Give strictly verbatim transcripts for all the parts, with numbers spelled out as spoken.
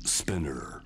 Spinner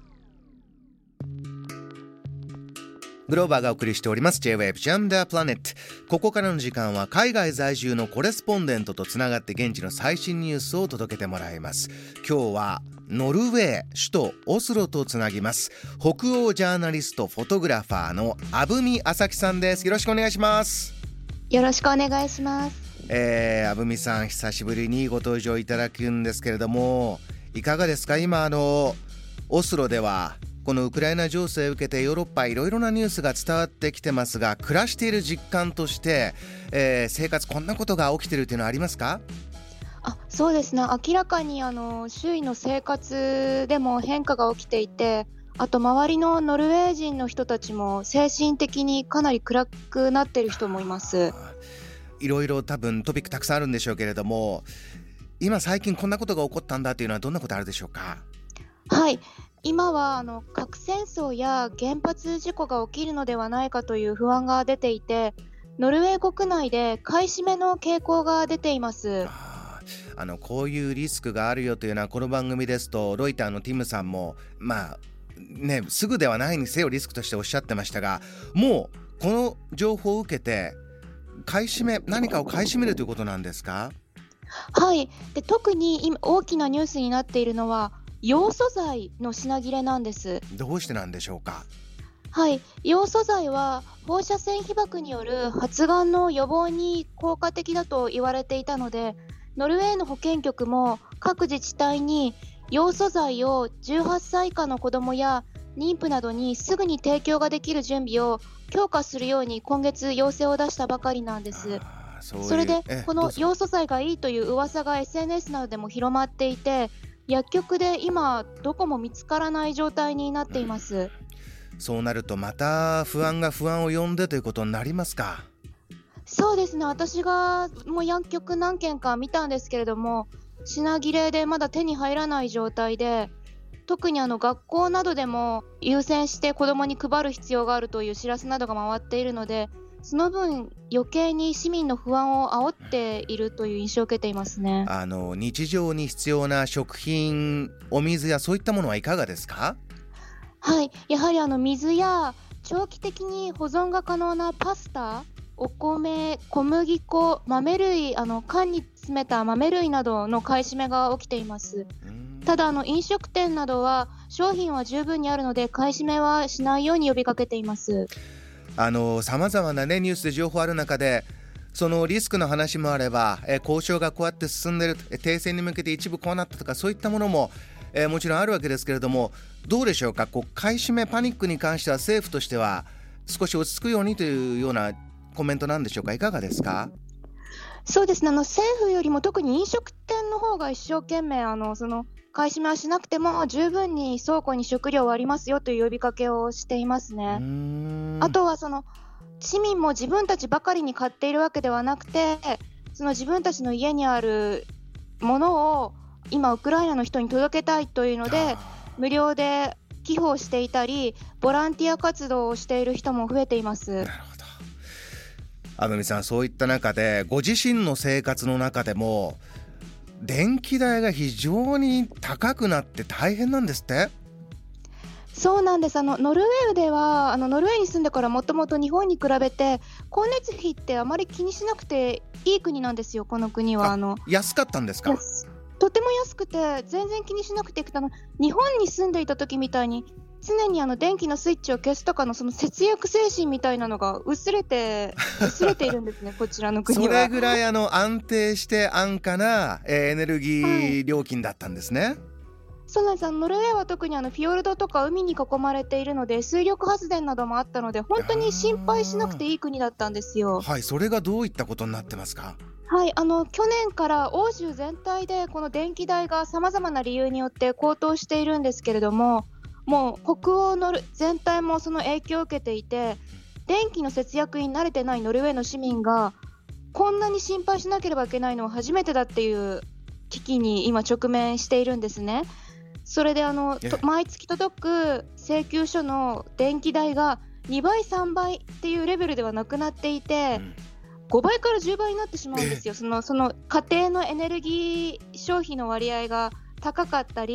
グローバーがお送りしております J-Wave Jam the Planet。 ここからの時間は海外在住のコレスポンデントとつながって現地の最新ニュースを届けてもらいます。今日はノルウェー首都オスロとつなぎます。北欧ジャーナリストフォトグラファーの阿部美朝樹さんです。よろしくお願いします。 よろしくお願いします。 えー、阿部美さん、久しぶりにご登場いただくんですけれども、いかがですか？今あのオスロではこのウクライナ情勢を受けてヨーロッパいろいろなニュースが伝わってきてますが、暮らしている実感として、えー、生活こんなことが起きているというのはありますか？ あ、そうですね。明らかにあの周囲の生活でも変化が起きていて、あと周りのノルウェー人の人たちも精神的にかなり暗くなっている人もいます。 いろいろ多分トピックたくさんあるんでしょうけれども、今最近こんなことが起こったんだというのはどんなことあるでしょうか？ はい、今はあの核戦争や原発事故が起きるのではないかという不安が出ていて、ノルウェー国内で買い占めの傾向が出ています。 ああのこういうリスクがあるよというのは、この番組ですとロイターのティムさんもまあね、すぐではないにせよリスクとしておっしゃってましたが、もうこの情報を受けて買い占め、何かを買い占めるということなんですか？ はい、で特に今大きなニュースになっているのはヨウ素材の品切れなんです。 どうしてなんでしょうか？ はい、ヨウ素材は放射線被曝による発がんの予防に効果的だと言われていたので、ノルウェーの保健局も各自治体にヨウ素材をじゅうはっさい以下の子どもや妊婦などにすぐに提供ができる準備を強化するように今月要請を出したばかりなんです。 そういうそれでこのえどうぞヨウ素材がいいという噂が エスエヌエス などでも広まっていて、薬局で今どこも見つからない状態になっています。 そうなるとまた不安が不安を呼んでということになりますか？ そうですね。私がもう薬局何軒か見たんですけれども、品切れでまだ手に入らない状態で、特にあの学校などでも優先して子どもに配る必要があるという知らせなどが回っているので、その分余計に市民の不安を煽っているという印象を受けていますね。 あの日常に必要な食品、お水やそういったものはいかがですか？ はい、やはりあの水や長期的に保存が可能なパスタ、お米、小麦粉、豆類、あの缶に詰めた豆類などの買い占めが起きています。 うーんただあの飲食店などは商品は十分にあるので買い占めはしないように呼びかけています。 あの様々な、ね、ニュースで情報ある中で、そのリスクの話もあれば、え交渉がこうやって進んでいる、え停戦に向けて一部こうなったとか、そういったものも、えーもちろんあるわけですけれども、どうでしょうか？こう買い占めパニックに関しては政府としては少し落ち着くようにというようなコメントなんでしょうか？いかがですか？ そうですね。あの政府よりも特に飲食店の方が一生懸命あのその買い占めはしなくても十分に倉庫に食料はありますよという呼びかけをしていますうーね。 んあとはその市民も自分たちばかりに買っているわけではなくて、その自分たちの家にあるものを今ウクライナの人に届けたいというので無料で寄付をしていたり、ボランティア活動をしている人も増えています。 なるほど。阿部美さん、そういった中でご自身の生活の中でも電気代が非常に高くなって大変なんですって？ そうなんです。あのノルウェーではあのノルウェーに住んでからもともと日本に比べて光熱費ってあまり気にしなくていい国なんですよ。この国はあの安かったんですか？ 安とても安くて全然気にしなくて、あの日本に住んでいた時みたいに常にあの電気のスイッチを消すとかのその節約精神みたいなのが薄れて薄れているんですねこちらの国は。 それぐらいあの安定して安価な、えーエネルギー料金だったんですね。 そうなんです。あのノルウェーは特にあのフィヨルドとか海に囲まれているので水力発電などもあったので本当に心配しなくていい国だったんですよ。 はい、それがどういったことになってますか？ はい、あの去年から欧州全体でこの電気代がさまざまな理由によって高騰しているんですけれども、もう北欧の全体もその影響を受けていて、電気の節約に慣れてないノルウェーの市民がこんなに心配しなければいけないのは初めてだっていう危機に今直面しているんですね。それであのええと毎月届く請求書の電気代がにばいさんばいっていうレベルではなくなっていて、 うんごばいからじゅうばいになってしまうんですよ。その、その家庭のエネルギー消費の割合が高かったり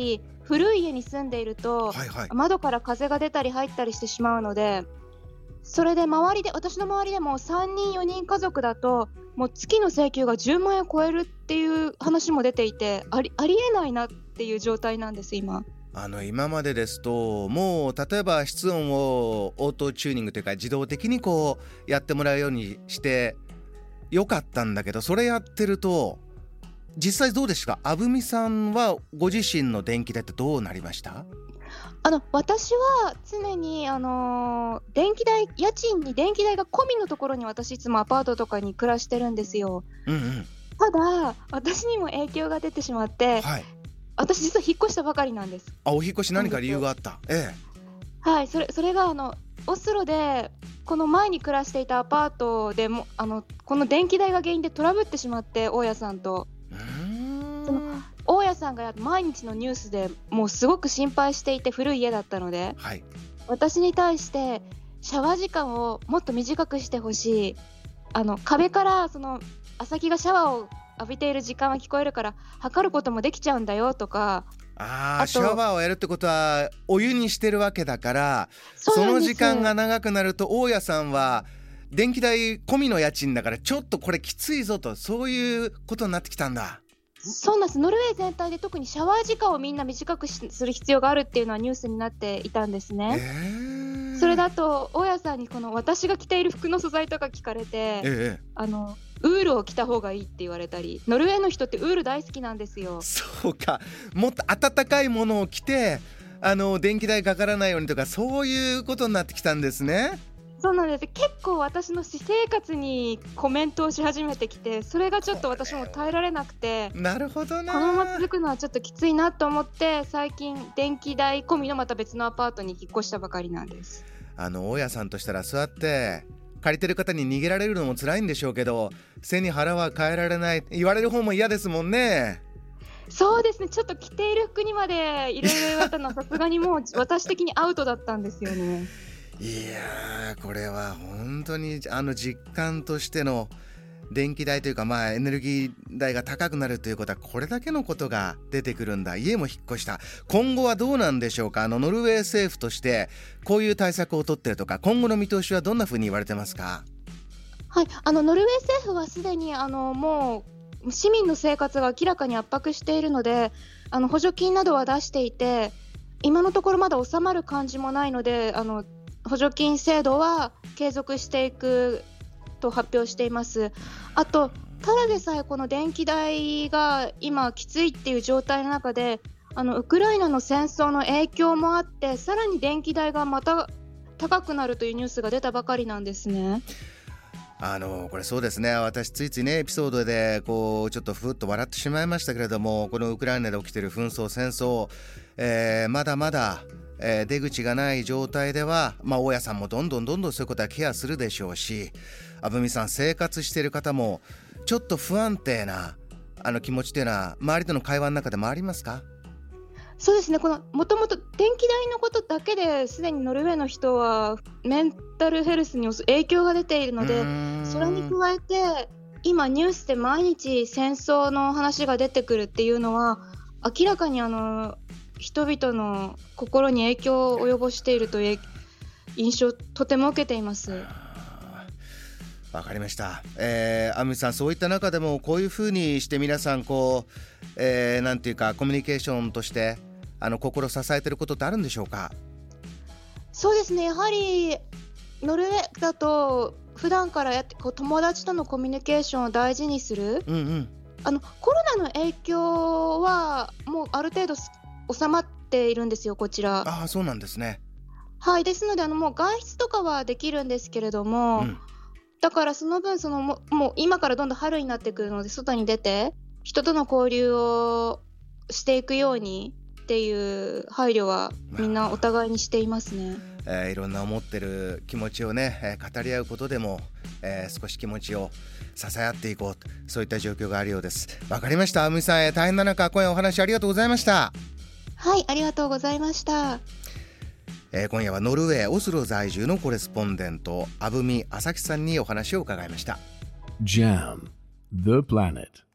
古い家に住んでいると、 はいはい、 窓から風が出たり入ったりしてしまうので、それで周りで私の周りでもさんにんよにん家族だともう月の請求がじゅうまんえん超えるっていう話も出ていて、あり、ありえないなっていう状態なんです今。 あの今までですともう例えば室温をオートチューニングというか自動的にこうやってもらうようにしてよかったんだけど、それやってると実際どうですか？あぶみさんはご自身の電気代ってどうなりました？ あの私は常に、あのー電気代、家賃に電気代が込みのところに私いつもアパートとかに暮らしてるんですよ。 うんうん、 ただ私にも影響が出てしまって、 はい、 私実は引っ越したばかりなんです。 あ、お引っ越し何か理由があった？ええはい、それ、それがあのオスロでこの前に暮らしていたアパートでもあのこの電気代が原因でトラブってしまって、大家さんと。 え、うーん、 その大家さんが毎日のニュースでもうすごく心配していて、古い家だったので、 はい、 私に対してシャワー時間をもっと短くしてほしい、あの壁からその朝日がシャワーを浴びている時間は聞こえるから測ることもできちゃうんだよとか。 あー、 あとシャワーをやるってことはお湯にしてるわけだから、そのそうなんです時間が長くなると大家さんは電気代込みの家賃だからちょっとこれきついぞと、そういうことになってきたんだ。 そうなんです。ノルウェー全体で特にシャワー時間をみんな短くしする必要があるっていうのはニュースになっていたんですね。 えー、 それだと大家さんにこの私が着ている服の素材とか聞かれて、 ええ、 あのウールを着た方がいいって言われたり、ノルウェーの人ってウール大好きなんですよ。 そうか、もっと暖かいものを着てあの電気代かからないようにとか、そういうことになってきたんですね。 そうなんです。結構私の私生活にコメントをし始めてきて、それがちょっと私も耐えられなくて、 なるほどな。 このまま続くのはちょっときついなと思って、最近電気代込みのまた別のアパートに引っ越したばかりなんです。 あの大家さんとしたらそうやって借りてる方に逃げられるのも辛いんでしょうけど、背に腹は変えられない、言われる方も嫌ですもんね。 そうですね、ちょっと着ている服にまでいろいろ言われたのはさすがにもう私的にアウトだったんですよね。 いやー、これは本当にあの実感としての電気代というか、まあエネルギー代が高くなるということはこれだけのことが出てくるんだ。家も引っ越した。今後はどうなんでしょうか？あのノルウェー政府としてこういう対策を取っているとか、今後の見通しはどんなふうに言われてますか？ はい、あのノルウェー政府はすでにあのもう市民の生活が明らかに圧迫しているので、あの補助金などは出していて、今のところまだ収まる感じもないので、あの補助金制度は継続していくと発表しています。あとただでさえこの電気代が今きついっていう状態の中で、あのウクライナの戦争の影響もあってさらに電気代がまた高くなるというニュースが出たばかりなんですね。 あのこれそうですね、私ついついねエピソードでこうちょっとふっと笑ってしまいましたけれども、このウクライナで起きている紛争戦争、えー、まだまだ、えー、出口がない状態では、まあ、大家さんもどんどんどんどんそういうことはケアするでしょうし、あぶみさん生活している方もちょっと不安定なあの気持ちというのは周りとの会話の中でもありますか？ そうですね、このもともと電気代のことだけですでにノルウェーの人はメンタルヘルスに影響が出ているので、それに加えて今ニュースで毎日戦争の話が出てくるっていうのは明らかにあの人々の心に影響を及ぼしているという印象をとても受けています。 わかりました、えー、あむさん、そういった中でもこういうふうにして皆さんこう、えー、なんていうかコミュニケーションとしてあの心支えていることってあるんでしょうか？ そうですね、やはりノルウェーだと普段からやってこう友達とのコミュニケーションを大事にする、 うんうん、 あのコロナの影響はもうある程度収まっているんですよ、こちら。 ああ、そうなんですね。 はい、ですのであのもう外出とかはできるんですけれども、うん、だからその分そのももう今からどんどん春になってくるので外に出て人との交流をしていくようにっていう配慮はみんなお互いにしていますね。 えー、いろんな思ってる気持ちをね、えー、語り合うことでも、えー、少し気持ちを支え合っていこうと、そういった状況があるようです。わかりました。あむみさん、えー、大変な中今夜お話ありがとうございました。 はい、ありがとうございました。 えー、今夜はノルウェーオスロ在住のコレスポンデントあぶみあさきさんにお話を伺いました。 ジャム The Planet